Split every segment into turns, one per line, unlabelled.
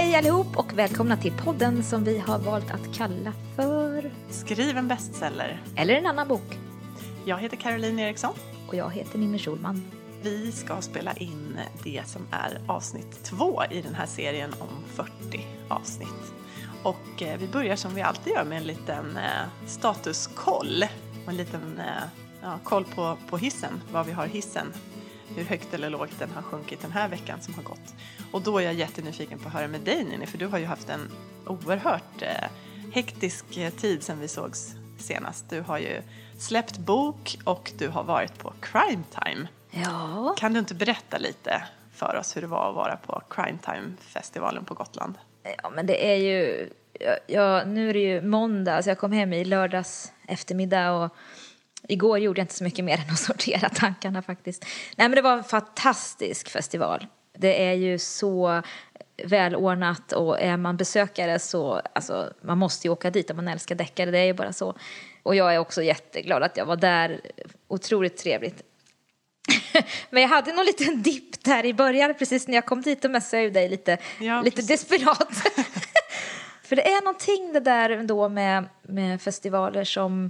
Hej allihop och välkomna till podden som vi har valt att kalla för
Skriv en bestseller.
Eller en annan bok.
Jag heter Caroline Eriksson.
Och jag heter Ninni Schulman.
Vi ska spela in det som är avsnitt 2 i den här serien om 40 avsnitt. Och vi börjar som vi alltid gör med en liten statuskoll. Och en liten koll på hissen, var vi har hissen. Hur högt eller lågt den har sjunkit den här veckan som har gått. Och då är jag jättenyfiken på att höra med dig, Ninni, för du har ju haft en oerhört hektisk tid sedan vi sågs senast. Du har ju släppt bok och du har varit på Crime Time.
Ja.
Kan du inte berätta lite för oss hur det var att vara på Crime Time-festivalen på Gotland?
Ja, men det är ju... nu är det ju måndag, så jag kom hem i lördags eftermiddag och igår gjorde jag inte så mycket mer än att sortera tankarna faktiskt. Nej, men det var en fantastisk festival. Det är ju så välordnat och är man besökare så... Alltså, man måste ju åka dit om man älskar deckare, det är ju bara så. Och jag är också jätteglad att jag var där. Otroligt trevligt. Men jag hade någon liten dipp där i början. Precis när jag kom dit och messade jag dig lite desperat. För det är någonting det där ändå med festivaler som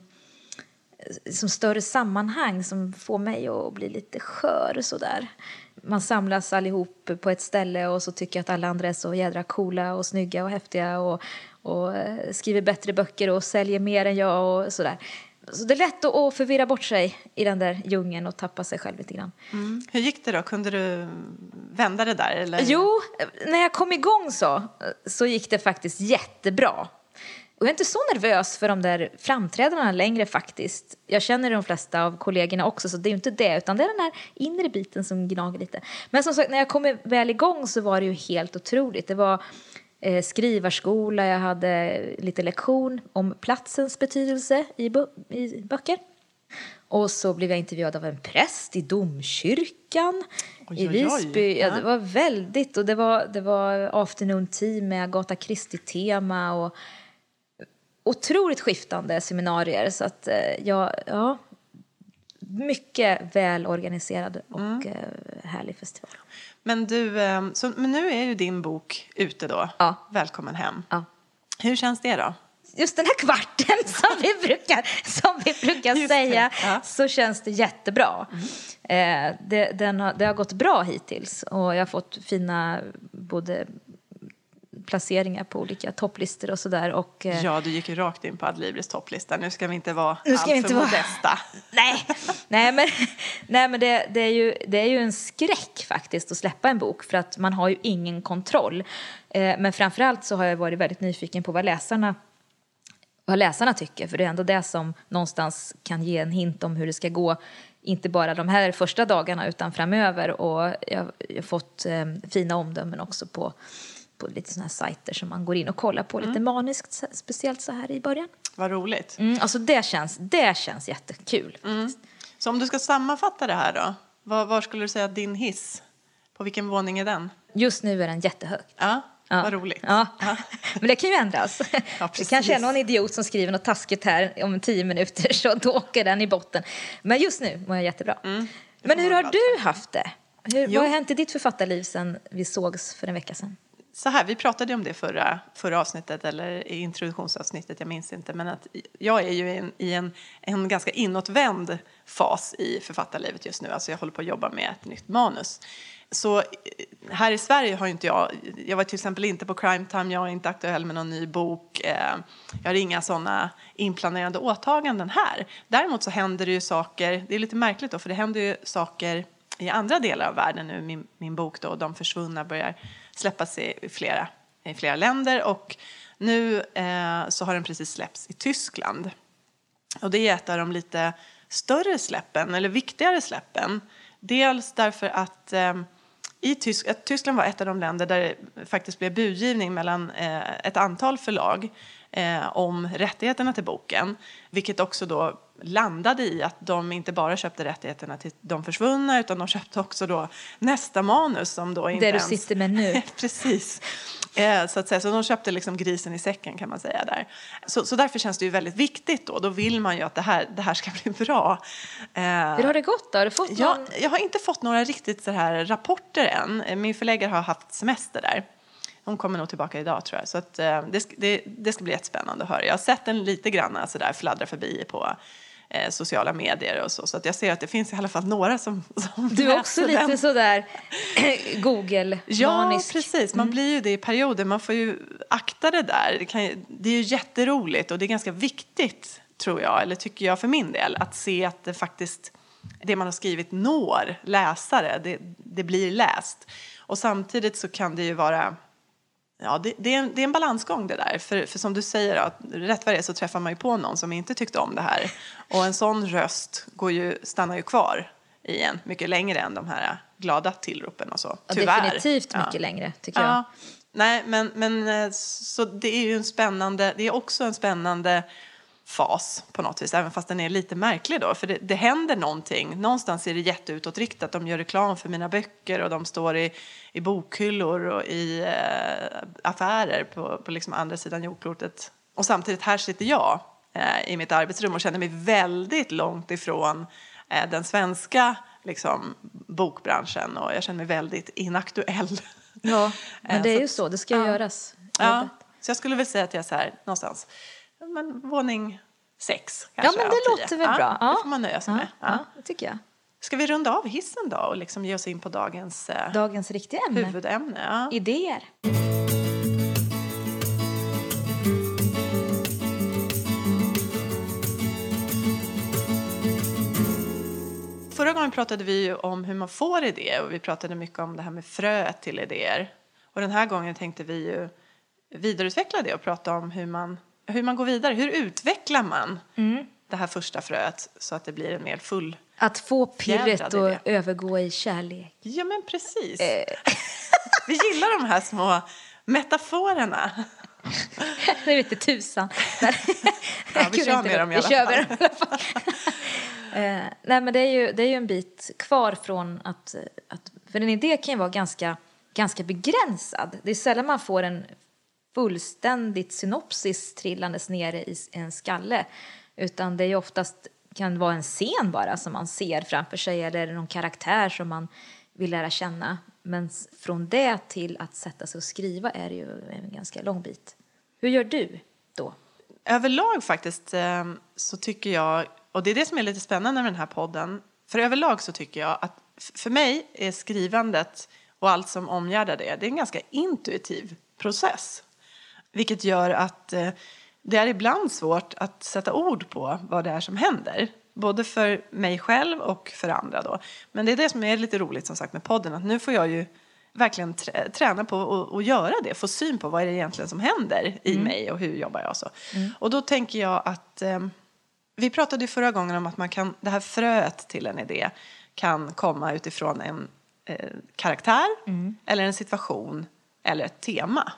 större sammanhang som får mig att bli lite skör sådär. Man samlas allihop på ett ställe och så tycker jag att alla andra är så jädra coola och snygga och häftiga och skriver bättre böcker och säljer mer än jag och sådär. Så det är lätt att förvirra bort sig i den där djungeln och tappa sig själv lite grann.
Mm. Hur gick det då? Kunde du vända det där? Eller?
Jo, när jag kom igång så gick det faktiskt jättebra. Och jag är inte så nervös för de där framträdandena längre faktiskt. Jag känner de flesta av kollegorna också, så det är ju inte det. Utan det är den här inre biten som gnager lite. Men som sagt, när jag kom väl igång så var det ju helt otroligt. Det var skrivarskola, jag hade lite lektion om platsens betydelse i böcker. Och så blev jag intervjuad av en präst i domkyrkan i Visby. Ja, det var väldigt, och det var afternoon tea med Agatha Christie-tema och otroligt skiftande seminarier. Så att mycket välorganiserad och härlig festival.
Men men nu är ju din bok ute då.
Ja.
Välkommen hem.
Ja.
Hur känns det då?
Just den här kvarten som vi brukar säga, så känns det jättebra. Det har gått bra hittills och jag har fått fina både placeringar på olika topplistor och sådär. Och,
ja, du gick ju rakt in på Adlibris topplista. Nu ska vi inte vara alltför modesta. Nej, men det är ju en skräck faktiskt att släppa en bok, för att man har ju ingen kontroll. Men framförallt så har jag varit väldigt nyfiken på vad läsarna tycker, för det är ändå det som någonstans kan ge en hint om hur det ska gå, inte bara de här första dagarna utan framöver. Och jag har fått fina omdömen också på lite såna här sajter som man går in och kollar på lite maniskt, speciellt så här i början. Vad roligt.
Alltså det känns jättekul faktiskt.
Så om du ska sammanfatta det här då, var skulle du säga att din hiss, på vilken våning är den?
Just nu är den jättehögt.
Ja. Vad roligt.
Ja. Men det kan ju ändras.
Ja,
det kanske är någon idiot som skriver något taskigt här om 10 minuter, så då åker den i botten. Men just nu mår jag jättebra. Men hur har du haft det? Vad har hänt i ditt författarliv sen vi sågs för en vecka sedan?
Så här, vi pratade om det förra avsnittet eller i introduktionsavsnittet, jag minns inte. Men att jag är ju i en ganska inåtvänd fas i författarlivet just nu. Alltså jag håller på att jobba med ett nytt manus. Så här i Sverige har inte jag var till exempel inte på Crime Time, jag är inte aktuell med någon ny bok. Jag har inga sådana inplanerade åtaganden här. Däremot så händer det ju saker, det är lite märkligt då, för det händer ju saker i andra delar av världen nu. Min bok då, De försvunna, börjar släppas i flera länder, och nu så har den precis släppts i Tyskland. Och det är ett av de lite större släppen, eller viktigare släppen. Dels därför att Tyskland var ett av de länder där det faktiskt blev budgivning mellan ett antal förlag om rättigheterna till boken. Vilket också då landade i att de inte bara köpte rättigheterna till De försvunna, utan de köpte också då nästa manus som då inte
det du sitter med nu.
Precis. Så att säga, så de köpte liksom grisen i säcken, kan man säga där. Så därför känns det ju väldigt viktigt då. Då vill man ju att det här ska bli bra.
Hur har det gått då? Har du fått
jag har inte fått några riktigt så här rapporter än. Min förläggare har haft semester där. hon kommer nog tillbaka idag tror jag. Så att, det ska bli jättespännande att höra. Jag har sett den lite grann så där fladdra förbi på sociala medier och så att jag ser att det finns i alla fall några som
du är också lite den. Sådär Google-manisk.
Ja, precis. Man blir ju det i perioder. Man får ju akta det där. Det är ju jätteroligt och det är ganska viktigt, tror jag, eller tycker jag för min del, att se att det faktiskt, det man har skrivit når läsare. Det blir läst. Och samtidigt så kan det ju vara... Ja, det är en balansgång det där. För som du säger, att rätt vad det är så träffar man ju på någon som inte tyckte om det här. Och en sån röst stannar ju kvar i en mycket längre än de här glada tillropen och så. Tyvärr.
Definitivt mycket längre, tycker jag.
Nej, men så det är ju det är också en spännande fas på något vis, även fast den är lite märklig då, för det händer någonting. Någonstans är det jätteutåtriktat. De gör reklam för mina böcker och de står i bokhyllor och i affärer på liksom andra sidan jordklotet. Och samtidigt här sitter jag i mitt arbetsrum och känner mig väldigt långt ifrån den svenska liksom, bokbranschen, och jag känner mig väldigt inaktuell.
Ja, men det är ju så, det ska göras.
Ja, så jag skulle väl säga att jag är så här någonstans, men våning 6 kanske.
Ja, men det låter väl bra.
Ja, det får man nöja sig med.
Ja, det tycker jag.
Ska vi runda av hissen då och liksom ge oss in på dagens
riktiga ämne.
Huvudämne? Ja.
Idéer.
Förra gången pratade vi ju om hur man får idéer, och vi pratade mycket om det här med frö till idéer. Och den här gången tänkte vi ju vidareutveckla det och prata om hur man går vidare. Hur utvecklar man det här första fröet så att det blir en mer full...
Att få pirret att övergå i kärlek.
Ja, men precis. Vi gillar de här små metaforerna.
Det vet inte tusan.
Vi kör med dem i alla fall.
Nej, men det är ju en bit kvar från att för en idé kan ju vara ganska begränsad. Det är sällan man får en fullständigt synopsis trillandes nere i en skalle, utan det är ju oftast kan vara en scen bara som man ser framför sig, eller någon karaktär som man vill lära känna. Men från det till att sätta sig och skriva är det ju en ganska lång bit. Hur gör du då? Överlag faktiskt så tycker jag, och det är det som är lite spännande med den här podden, för överlag så tycker jag att för mig är skrivandet och allt som omgärdar det är en ganska intuitiv process. Vilket gör att det är ibland svårt att sätta ord på vad det är som händer. Både för mig själv och för andra då. Men det är det som är lite roligt som sagt med podden. Att nu får jag ju verkligen träna på att göra det. Få syn på vad är det egentligen som händer i mig och hur jobbar jag så. Och då tänker jag att vi pratade ju förra gången om att det här fröet till en idé kan komma utifrån en karaktär eller en situation eller ett tema.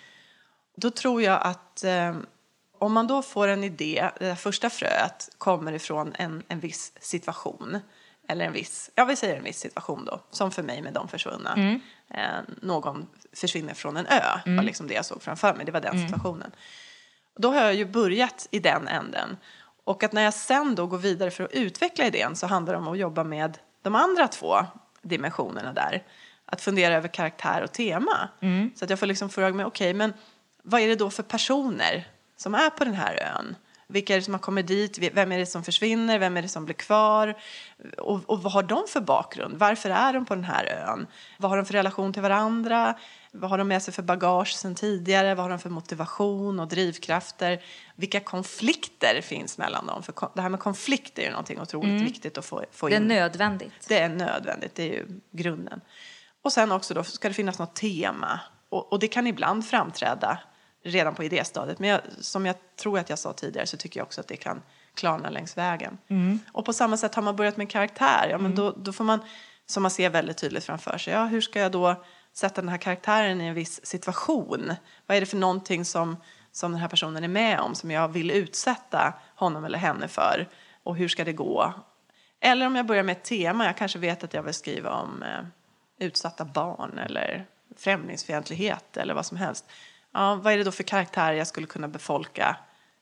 Då tror jag att om man då får en idé, det första fröet kommer ifrån en viss situation. Eller vi säger en viss situation då. Som för mig med de försvunna. Någon försvinner från en ö. Det var liksom det jag såg framför mig. Det var den situationen. Då har jag ju börjat i den änden. Och att när jag sen då går vidare för att utveckla idén, så handlar det om att jobba med de andra 2 dimensionerna där. Att fundera över karaktär och tema. Så att jag får liksom fråga mig, okej, men vad är det då för personer som är på den här ön? Vilka är det som har kommit dit? Vem är det som försvinner? Vem är det som blir kvar? Och vad har de för bakgrund? Varför är de på den här ön? Vad har de för relation till varandra? Vad har de med sig för bagage sedan tidigare? Vad har de för motivation och drivkrafter? Vilka konflikter finns mellan dem? För det här med konflikt är ju någonting otroligt viktigt att få in. Det är nödvändigt.
Det är nödvändigt, det är ju grunden. Och sen också då ska det finnas något tema. Och det kan ibland framträda redan på idéstadiet. Men som jag tror att jag sa tidigare, så tycker jag också att det kan klarna längs vägen. Och på samma sätt har man börjat med en karaktär. Ja, men då får man, som man ser väldigt tydligt framför sig. Ja, hur ska jag då sätta den här karaktären i en viss situation? Vad är det för någonting som den här personen är med om, som jag vill utsätta honom eller henne för? Och hur ska det gå? Eller om jag börjar med ett tema. Jag kanske vet att jag vill skriva om utsatta barn eller främlingsfientlighet eller vad som helst. Ja, vad är det då för karaktär jag skulle kunna befolka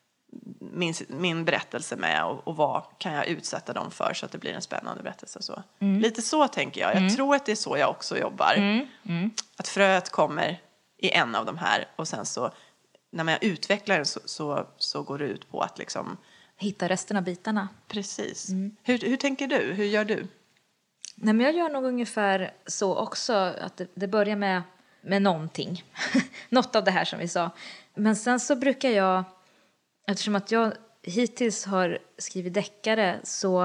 min berättelse med, och vad kan jag utsätta dem för så att det blir en spännande berättelse. Så. Lite så tänker jag. Jag tror att det är så jag också jobbar. Att fröet kommer i en av de här. Och sen så när man utvecklar den så går det ut på att liksom...
Hitta resten av bitarna.
Precis. Hur tänker du? Hur gör du?
Nej, men jag gör nog ungefär så också. Att det börjar med någonting. Något av det här som vi sa. Men sen så brukar jag... Eftersom att jag hittills har skrivit deckare så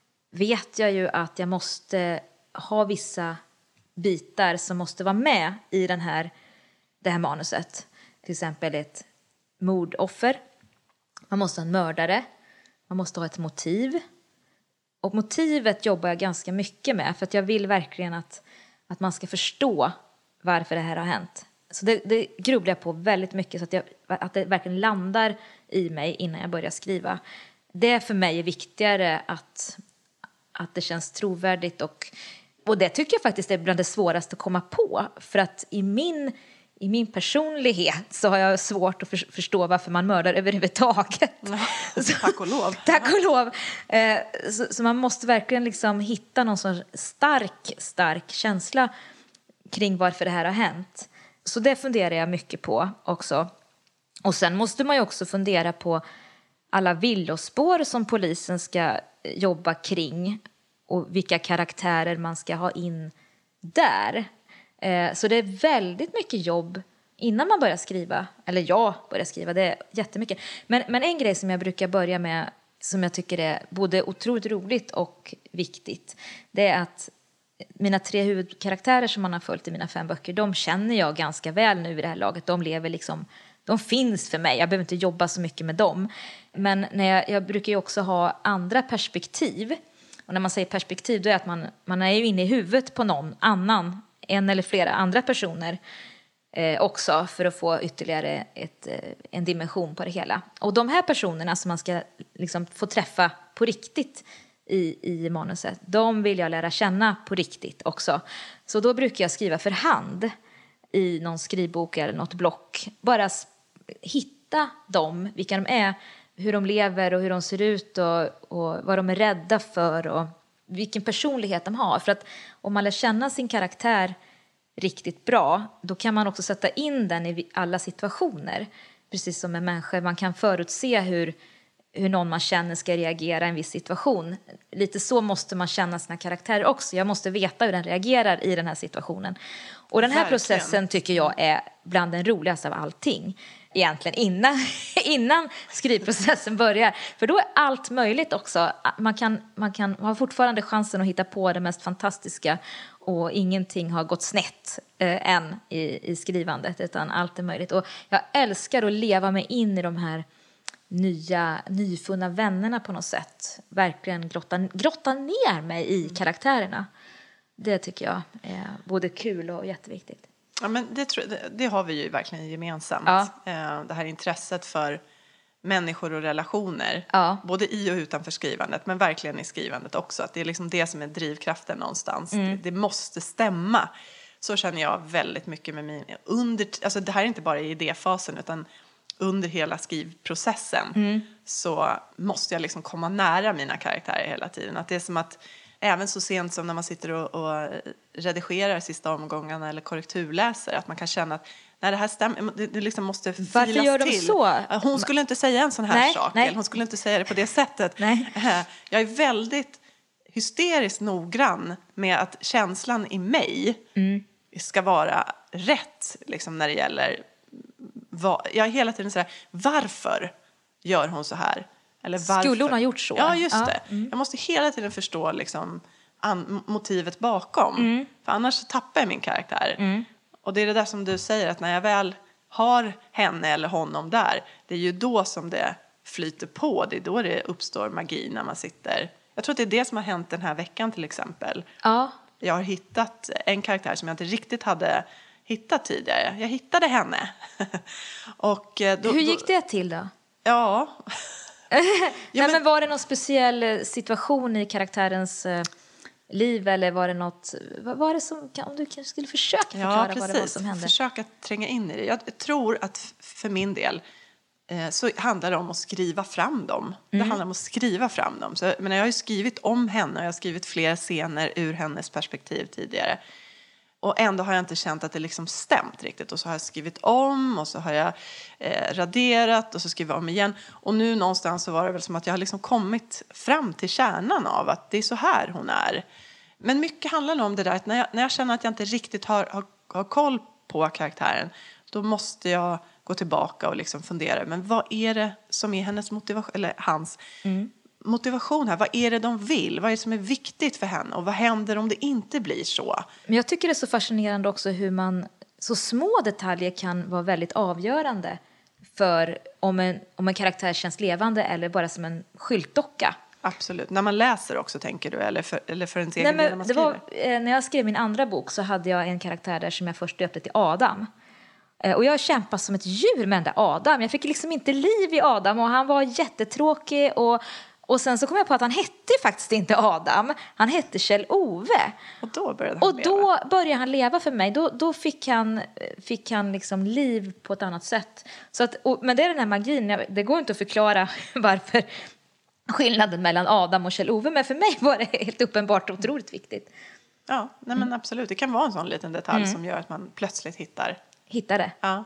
vet jag ju att jag måste ha vissa bitar som måste vara med i det här manuset. Till exempel ett mordoffer. Man måste ha en mördare. Man måste ha ett motiv. Och motivet jobbar jag ganska mycket med. För att jag vill verkligen att man ska förstå varför det här har hänt. Så det grubblar jag på väldigt mycket. Så att det verkligen landar i mig innan jag börjar skriva. Det för mig är viktigare att det känns trovärdigt. Och det tycker jag faktiskt är bland det svåraste att komma på. För att i min personlighet så har jag svårt att förstå varför man mördar överhuvudtaget.
Ja, tack och lov.
Tack och lov. Så man måste verkligen liksom hitta någon sorts stark känsla kring varför det här har hänt. Så det funderar jag mycket på också. Och sen måste man ju också fundera på alla villospår som polisen ska jobba kring. Och vilka karaktärer man ska ha in där. Så det är väldigt mycket jobb innan man börjar skriva. Eller jag börjar skriva, det är jättemycket. Men en grej som jag brukar börja med, som jag tycker är både otroligt roligt och viktigt, det är att mina 3 huvudkaraktärer som man har följt i mina 5 böcker, de känner jag ganska väl nu i det här laget. De lever liksom, de finns för mig, jag behöver inte jobba så mycket med dem. Men jag brukar ju också ha andra perspektiv. Och när man säger perspektiv, då är att man är ju inne i huvudet på någon annan, en eller flera andra personer också, för att få ytterligare en dimension på det hela. Och de här personerna som man ska liksom få träffa på riktigt i manuset, de vill jag lära känna på riktigt också. Så då brukar jag skriva för hand i någon skrivbok eller något block. Bara hitta dem, vilka de är, hur de lever och hur de ser ut och vad de är rädda för och vilken personlighet de har. För att om man lär känna sin karaktär riktigt bra, då kan man också sätta in den i alla situationer. Precis som en människa, man kan förutse hur någon man känner ska reagera i en viss situation. Lite så måste man känna sina karaktärer också. Jag måste veta hur den reagerar i den här situationen. Och den här processen tycker jag är bland den roligaste av allting. Egentligen innan skrivprocessen börjar. För då är allt möjligt också. Man kan ha fortfarande chansen att hitta på det mest fantastiska. Och ingenting har gått snett än i skrivandet. Utan allt är möjligt. Och jag älskar att leva mig in i de här nyfunna vännerna på något sätt. Verkligen grotta ner mig i karaktärerna. Det tycker jag är både kul och jätteviktigt.
Ja, men det har vi ju verkligen gemensamt. Ja. Det här intresset för människor och relationer. Ja. Både i och utanför skrivandet. Men verkligen i skrivandet också. Att det är liksom det som är drivkraften någonstans. Det måste stämma. Så känner jag väldigt mycket med alltså det här är inte bara i idéfasen utan under hela skrivprocessen så måste jag liksom komma nära mina karaktärer hela tiden. Att det är som att även så sent som när man sitter och redigerar sista omgångarna eller korrekturläser, att man kan känna att nej, det här stämmer, det liksom måste filas till.
Varför gör de så?
Hon skulle inte säga en sån här sak.
Nej.
Eller hon skulle inte säga det på det sättet.
Nej.
Jag är väldigt hysteriskt noggrann med att känslan i mig ska vara rätt liksom, när det gäller jag är hela tiden så här, varför gör hon så här? Eller varför? Skulle
hon ha gjort så?
Ja, just det. Jag måste hela tiden förstå liksom, motivet bakom. För annars tappar jag min karaktär. Och det är det där som du säger, att när jag väl har henne eller honom där, det är ju då som det flyter på. Det är då det uppstår magi när man sitter. Jag tror att det är det som har hänt den här veckan till exempel.
Ja.
Jag har hittat en karaktär som jag inte riktigt hade hittat tidigare. Jag hittade henne. Och
hur gick det till då?
Ja.
Men var det någon speciell situation i karaktärens liv, eller var det något, vad var det som, om du kanske skulle försöka förklara vad det var som hände?
Försöka tränga in i det. Jag tror att för min del så handlar det om att skriva fram dem. Det handlar om att skriva fram dem. Men jag har ju skrivit om henne och jag har skrivit flera scener ur hennes perspektiv tidigare. Och ändå har jag inte känt att det liksom stämt riktigt. Och så har jag skrivit om och så har jag raderat och så skrivit om igen. Och nu någonstans så var det väl som att jag har liksom kommit fram till kärnan av att det är så här hon är. Men mycket handlar nog om det där att när jag känner att jag inte riktigt har koll på karaktären, då måste jag gå tillbaka och liksom fundera. Men vad är det som är hennes motivation, eller hans motivation här? Vad är det de vill? Vad är det som är viktigt för henne? Och vad händer om det inte blir så?
Men jag tycker det är så fascinerande också hur så små detaljer kan vara väldigt avgörande för om en karaktär känns levande eller bara som en skyltdocka.
Absolut. När man läser också, tänker du? Eller för ens egen del när man skriver?
När jag skrev min andra bok så hade jag en karaktär där som jag först döpte till Adam. Och jag kämpade som ett djur med den där Adam. Jag fick liksom inte liv i Adam och han var jättetråkig. Och sen så kom jag på att han hette faktiskt inte Adam. Han hette Kjell-Ove.
Och då började
han leva för mig. Då fick han liksom liv på ett annat sätt. Så men det är den här magin. Det går inte att förklara varför skillnaden mellan Adam och Kjell-Ove. Men för mig var det helt uppenbart otroligt viktigt.
Ja, nej men absolut. Det kan vara en sån liten detalj som gör att man plötsligt hittar
det.
Ja.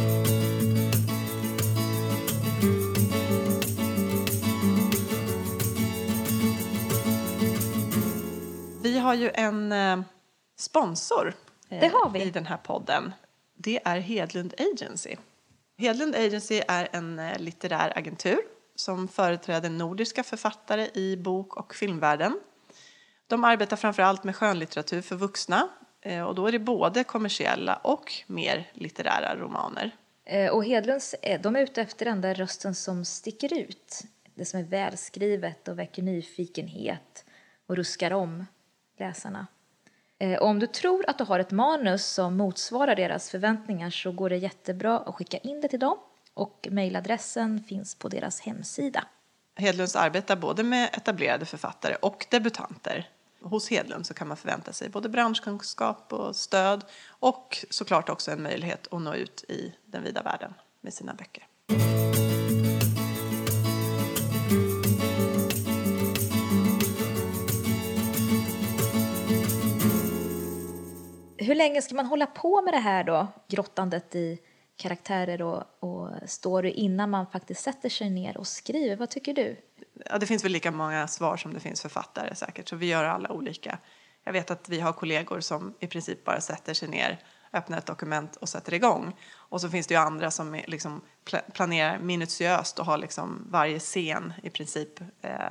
Vi har ju en sponsor
det har vi.
I den här podden. Det är Hedlund Agency. Hedlund Agency är en litterär agentur som företräder nordiska författare i bok- och filmvärlden. De arbetar framförallt med skönlitteratur för vuxna. Och då är det både kommersiella och mer litterära romaner.
Och Hedlunds, de är ute efter den där rösten som sticker ut. Det som är välskrivet och väcker nyfikenhet och ruskar om läsarna. Och om du tror att du har ett manus som motsvarar deras förväntningar så går det jättebra att skicka in det till dem. Och mejladressen finns på deras hemsida.
Hedlunds arbetar både med etablerade författare och debutanter. Hos Hedlund så kan man förvänta sig både branschkunskap och stöd och såklart också en möjlighet att nå ut i den vida världen med sina böcker.
Hur länge ska man hålla på med det här då? Grottandet i karaktärer och story innan man faktiskt sätter sig ner och skriver. Vad tycker du?
Ja, det finns väl lika många svar som det finns författare säkert. Så vi gör alla olika. Jag vet att vi har kollegor som i princip bara sätter sig ner, öppnar ett dokument och sätter igång. Och så finns det ju andra som liksom planerar minutiöst och har liksom varje scen i princip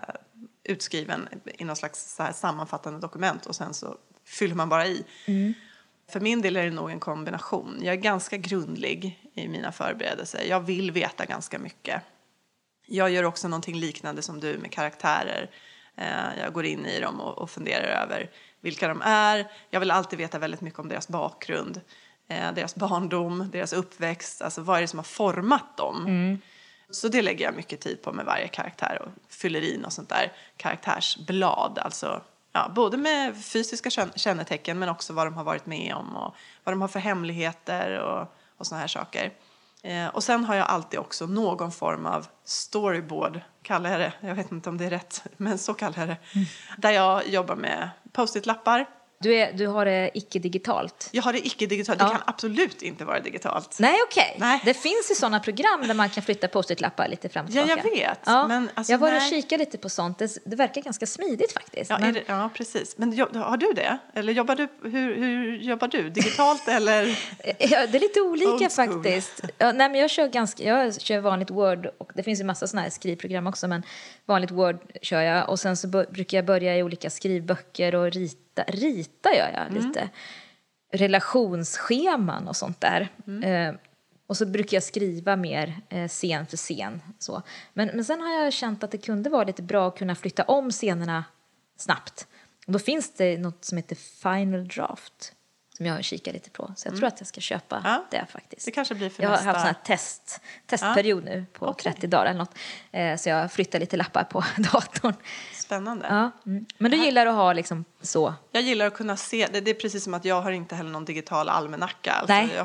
utskriven i någon slags så här sammanfattande dokument. Och sen så fyller man bara i. För min del är det nog en kombination. Jag är ganska grundlig i mina förberedelser. Jag vill veta ganska mycket. Jag gör också någonting liknande som du med karaktärer. Jag går in i dem och funderar över vilka de är. Jag vill alltid veta väldigt mycket om deras bakgrund. Deras barndom, deras uppväxt. Alltså vad är det som har format dem. Så det lägger jag mycket tid på med varje karaktär. Och fyller in och sånt där karaktärsblad. Alltså ja, både med fysiska kännetecken men också vad de har varit med om. Och vad de har för hemligheter och såna här saker. Och sen har jag alltid också någon form av storyboard, kallar jag det. Jag vet inte om det är rätt, men så kallar jag det. Där jag jobbar med post-it-lappar.
Du har det icke-digitalt?
Jag har det icke-digitalt. Det kan absolut inte vara digitalt.
Nej, okej. Nej. Det finns ju sådana program där man kan flytta post-it-lappar lite fram och tillbaka.
Ja, jag vet.
Ja.
Men, alltså,
jag var och kikade lite på sånt. Det verkar ganska smidigt faktiskt.
Ja,
men...
ja precis. Men har du det? Eller jobbar du, hur jobbar du? Digitalt eller?
Ja, det är lite olika faktiskt. Ja, nej, men jag kör vanligt Word. Och det finns ju massa såna här skrivprogram också. Men vanligt Word kör jag. Och sen så brukar jag börja i olika skrivböcker och rita gör jag lite. Relationsscheman och sånt där. Och så brukar jag skriva mer scen för scen. Så. Men sen har jag känt att det kunde vara lite bra att kunna flytta om scenerna snabbt. Och då finns det något som heter Final Draft. Som jag kikar lite på. Så jag tror att jag ska köpa det faktiskt.
Det kanske blir för
jag
nästa.
Jag har haft sån här testperiod nu på 30 dagar eller något. Så jag flyttar lite lappar på datorn.
Spännande.
Ja. Men du gillar att ha liksom så?
Jag gillar att kunna se. Det är precis som att jag har inte heller någon digital almanacka. Alltså
nej.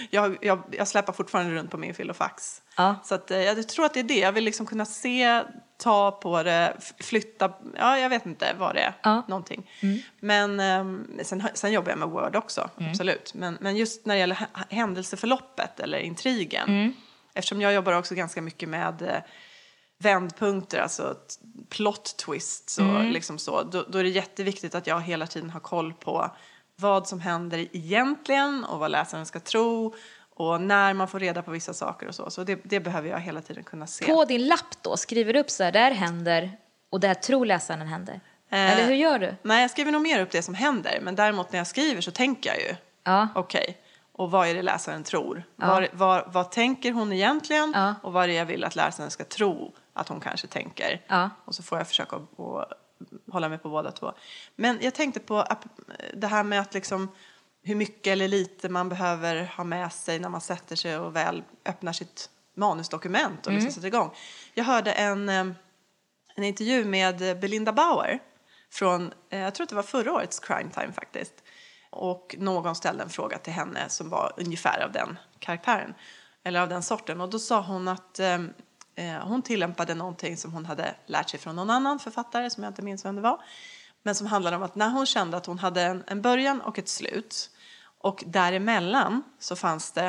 Jag släpar fortfarande runt på min filofax.
Ja.
Så att, jag tror att det är det. Jag vill liksom kunna se ta på det, flytta, ja jag vet inte vad det är, någonting. Men sen jobbar jag med Word också, absolut. Men just när det gäller händelseförloppet eller intrigen, eftersom jag jobbar också ganska mycket med vändpunkter, alltså plot twists och liksom så, då är det jätteviktigt att jag hela tiden har koll på vad som händer egentligen och vad läsaren ska tro och när man får reda på vissa saker och så. Så det behöver jag hela tiden kunna se.
På din lapp då, skriver du upp så här, där händer och där tror läsaren händer? Eller hur gör du?
Nej, jag skriver nog mer upp det som händer, men däremot när jag skriver så tänker jag ju, okej, och vad är det läsaren tror? Vad tänker hon egentligen? Och vad är det jag vill att läsaren ska tro att hon kanske tänker? Och så får jag försöka att hålla mig på båda två. Men jag tänkte på det här med att liksom, hur mycket eller lite man behöver ha med sig när man sätter sig och väl öppnar sitt manusdokument och liksom sätter igång. Jag hörde en intervju med Belinda Bauer från, jag tror att det var förra årets Crime Time faktiskt. Och någon ställde en fråga till henne som var ungefär av den karaktären. Eller av den sorten. Och då sa hon att hon tillämpade någonting som hon hade lärt sig från någon annan författare som jag inte minns vem det var. Men som handlade om att när hon kände att hon hade en början och ett slut. Och däremellan så fanns det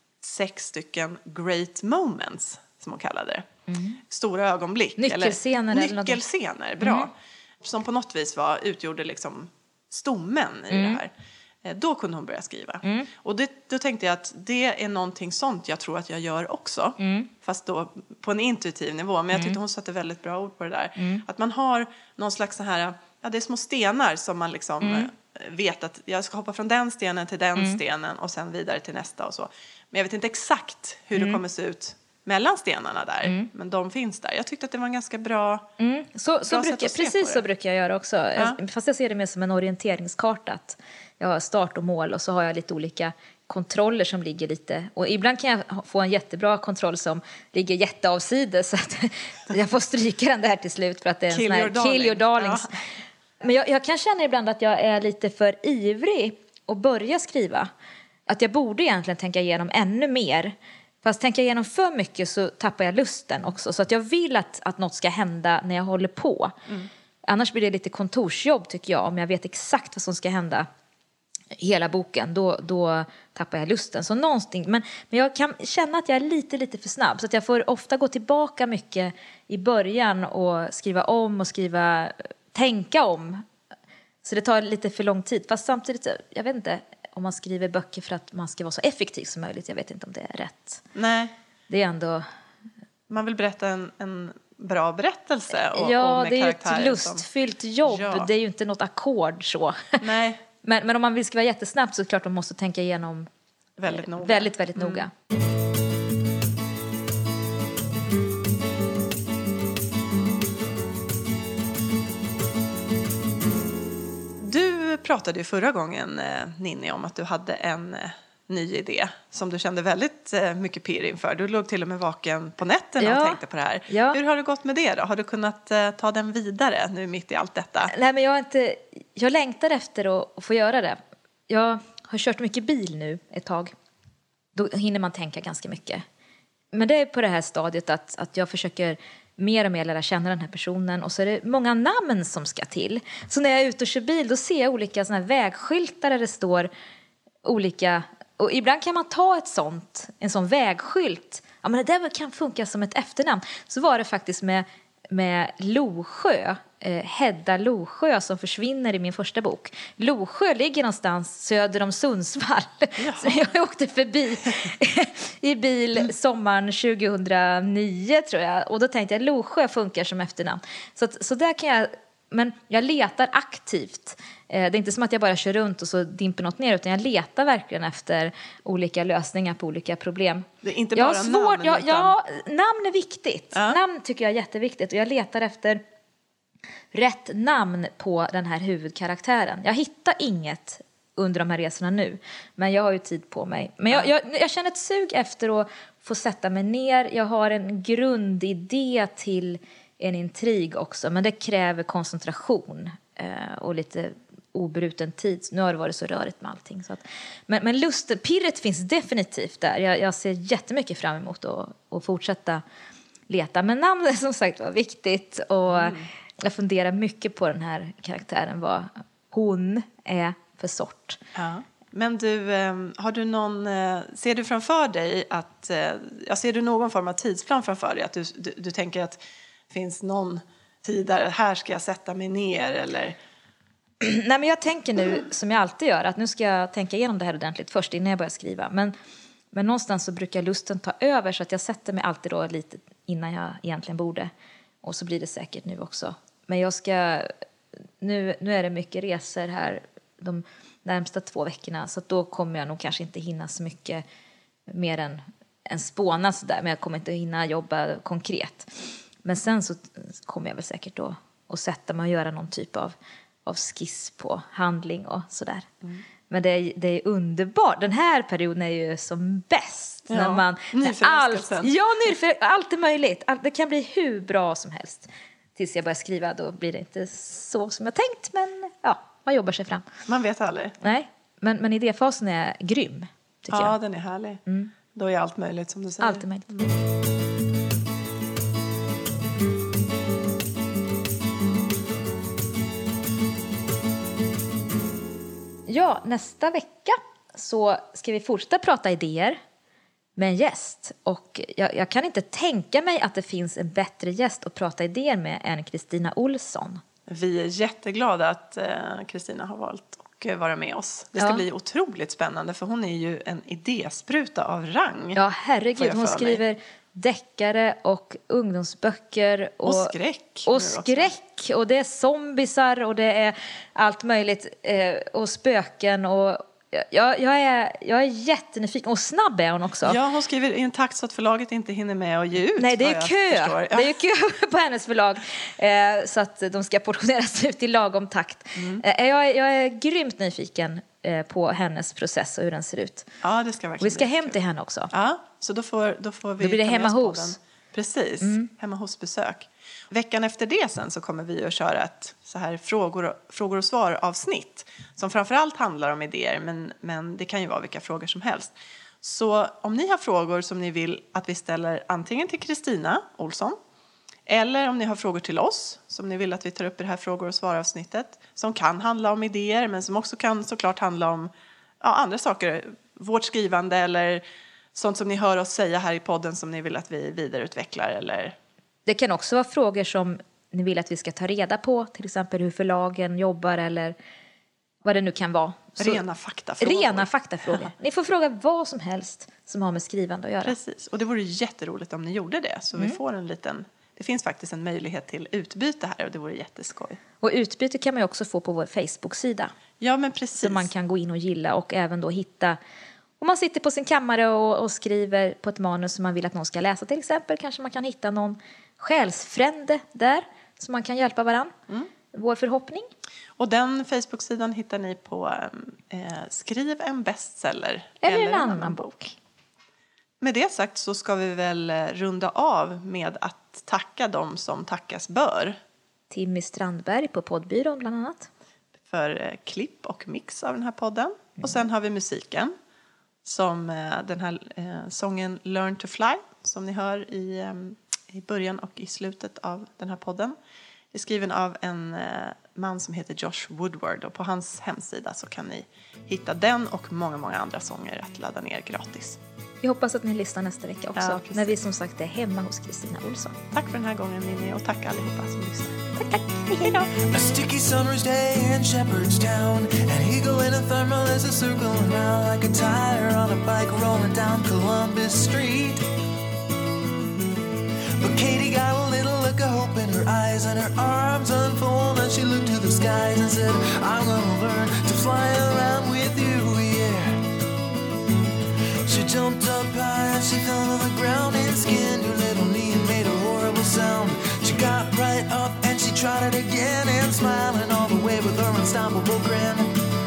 6 stycken great moments som hon kallade det. Stora ögonblick.
Nyckelscener.
Nyckelscener, bra. Som på något vis utgjorde liksom stommen i det här. Då kunde hon börja skriva. Och då tänkte jag att det är någonting sånt jag tror att jag gör också. Fast då på en intuitiv nivå. Men jag tyckte hon satte väldigt bra ord på det där. Att man har någon slags så här, det är små stenar som man liksom vet att jag ska hoppa från den stenen till den stenen och sen vidare till nästa och så. Men jag vet inte exakt hur det kommer se ut mellan stenarna där. Men de finns där. Jag tyckte att det var en ganska bra,
precis så brukar jag göra också. Fast jag ser det mer som en orienteringskarta. Att jag har start och mål och så har jag lite olika kontroller som ligger lite. Och ibland kan jag få en jättebra kontroll som ligger jätteavsides. Så att jag får stryka den där till slut för att det är en sån här kill your darlings. Ja. Men jag kan känna ibland att jag är lite för ivrig att börja skriva. Att jag borde egentligen tänka igenom ännu mer. Fast tänker jag igenom för mycket så tappar jag lusten också. Så att jag vill att något ska hända när jag håller på. Annars blir det lite kontorsjobb tycker jag. Om jag vet exakt vad som ska hända hela boken. Då tappar jag lusten. Så någonting. Men jag kan känna att jag är lite för snabb. Så att jag får ofta gå tillbaka mycket i början. Och skriva om och tänka om. Så det tar lite för lång tid. Fast samtidigt, jag vet inte om man skriver böcker för att man ska vara så effektiv som möjligt. Jag vet inte om det är rätt.
Nej.
Det är ändå...
Man vill berätta en bra berättelse. Och
med det är ju ett lustfyllt jobb. Ja. Det är ju inte något ackord så.
Nej.
Men om man vill skriva jättesnabbt så är det klart man måste tänka igenom
väldigt noga.
Väldigt noga.
Du pratade ju förra gången, Ninni, om att du hade en ny idé som du kände väldigt mycket pirr inför. Du låg till och med vaken på nätterna och tänkte på det här. Ja. Hur har det gått med det då? Har du kunnat ta den vidare nu mitt i allt detta?
Nej, men jag längtar efter att få göra det. Jag har kört mycket bil nu ett tag. Då hinner man tänka ganska mycket. Men det är på det här stadiet att jag försöker mer och mer lära känna den här personen. Och så är det många namn som ska till. Så när jag är ute och kör bil då ser jag olika såna här vägskyltar där det står olika... Och ibland kan man ta en sån vägskylt. Ja, men det där kan funka som ett efternamn. Så var det faktiskt med Losjö. Hedda Losjö som försvinner i min första bok. Losjö ligger någonstans söder om Sundsvall. Ja. Så jag åkte förbi i bil sommaren 2009 tror jag. Och då tänkte jag Losjö funkar som efternamn. Så där kan jag... Men jag letar aktivt. Det är inte som att jag bara kör runt och så dimper något ner. Utan jag letar verkligen efter olika lösningar på olika problem.
Det är inte bara namn.
Namn är viktigt. Ja. Namn tycker jag är jätteviktigt. Och jag letar efter rätt namn på den här huvudkaraktären. Jag hittar inget under de här resorna nu. Men jag har ju tid på mig. Men jag känner ett sug efter att få sätta mig ner. Jag har en grundidé till en intrig också. Men det kräver koncentration och lite obruten tid. Nu har det varit så rörigt med allting. Så att, men pirret finns definitivt där. Jag ser jättemycket fram emot att fortsätta leta. Men namnet som sagt var viktigt. Och jag funderar mycket på den här karaktären. Vad hon är för sort.
Ja. Men du, har du ser du framför dig att, ser du någon form av tidsplan framför dig? Att du tänker att det finns någon tid där här ska jag sätta mig ner eller?
Nej, men jag tänker nu, som jag alltid gör, att nu ska jag tänka igenom det här ordentligt först innan jag börjar skriva. Men någonstans så brukar lusten ta över så att jag sätter mig alltid då lite innan jag egentligen borde. Och så blir det säkert nu också. Men jag ska, nu är det mycket resor här de närmsta 2 veckorna. Så att då kommer jag nog kanske inte hinna så mycket mer än en spåna sådär. Men jag kommer inte hinna jobba konkret. Men sen så kommer jag väl säkert då att sätta mig och göra någon typ av skiss på handling och sådär. Men det är underbart. Den här perioden är ju som bäst.
Ja,
när man allt är möjligt. Det kan bli hur bra som helst. Tills jag börjar skriva, då blir det inte så som jag tänkt. Men ja, man jobbar sig fram.
Man vet aldrig.
Nej, men idéfasen är grym, tycker jag.
Ja, den är härlig. Då är allt möjligt, som du säger.
Allt är möjligt. Ja, nästa vecka så ska vi fortsätta prata idéer med en gäst. Och jag kan inte tänka mig att det finns en bättre gäst att prata idéer med än Kristina Olsson.
Vi är jätteglada att Kristina har valt att vara med oss. Det ska bli otroligt spännande, för hon är ju en idéspruta av rang.
Ja, herregud. Hon skriver deckare och ungdomsböcker. Och skräck. Och skräck. Och det är zombisar och det är allt möjligt. Och spöken och... Jag är jättenyfiken. Och snabb är hon också.
Ja, hon skriver i en takt så att förlaget inte hinner med att ge ut.
Nej, det är kö. Ja. Det är kö på hennes förlag. Så att de ska portioneras ut i lagom takt. Jag är grymt nyfiken på hennes process och hur den ser ut.
Ja, det ska verkligen.
Och vi ska hem till henne också.
Ja, så då får vi...
Då blir det hemma hos.
Precis, hemma hos besök. Veckan efter det sen så kommer vi att köra ett så här frågor och svar avsnitt som framförallt handlar om idéer, men det kan ju vara vilka frågor som helst. Så om ni har frågor som ni vill att vi ställer antingen till Kristina Olsson eller om ni har frågor till oss som ni vill att vi tar upp i det här frågor och svar avsnittet som kan handla om idéer men som också kan såklart handla om andra saker, vårt skrivande eller sånt som ni hör oss säga här i podden som ni vill att vi vidareutvecklar eller...
Det kan också vara frågor som ni vill att vi ska ta reda på. Till exempel hur förlagen jobbar eller vad det nu kan vara.
Rena faktafrågor.
Ni får fråga vad som helst som har med skrivande att göra.
Precis, och det vore jätteroligt om ni gjorde det. Så vi får en liten... Det finns faktiskt en möjlighet till utbyte här och det vore jätteskoj.
Och utbyte kan man ju också få på vår Facebook-sida.
Ja, men precis.
Så man kan gå in och gilla och även då hitta... Om man sitter på sin kammare och skriver på ett manus som man vill att någon ska läsa till exempel. Kanske man kan hitta någon själsfrände där som man kan hjälpa varann. Vår förhoppning.
Och den Facebook-sidan hittar ni på Skriv en bestseller.
Eller en annan bok.
Med det sagt så ska vi väl runda av med att tacka dem som tackas bör.
Timmy Strandberg på Poddbyrån bland annat.
För klipp och mix av den här podden. Och sen har vi musiken. Som den här sången Learn to Fly. Som ni hör i början och i slutet av den här podden. Det är skriven av en man som heter Josh Woodward. Och på hans hemsida så kan ni hitta den och många, många andra sånger att ladda ner gratis.
Vi hoppas att ni lyssnar nästa vecka också. När vi som sagt är hemma hos Kristina Olsson.
Tack för den här gången Ninni och tack allihopa som lyssnar.
Tack. Hej då.
A sticky summer's day in Shepherdstown. An eagle in a thermal is a circling round like a tire on a bike rolling down Columbus Street. But Katie got a little look of hope in her eyes and her arms unfold and she looked to the skies and said, I'm gonna learn to fly around with you, yeah. She jumped up high and she fell to the ground and skinned her little knee and made a horrible sound. She got right up and she tried it again and smiling all the way with her unstoppable grin.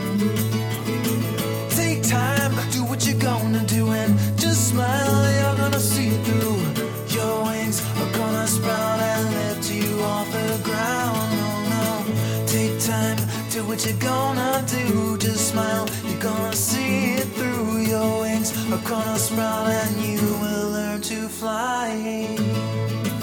Take time, do what you're gonna do and just smile, you're gonna see it through. Your wings are gonna sprout and lift you off the ground. Oh no, take time, do what you're gonna do. Just smile, you're gonna see it through. Your wings are gonna sprout and you will learn to to flying.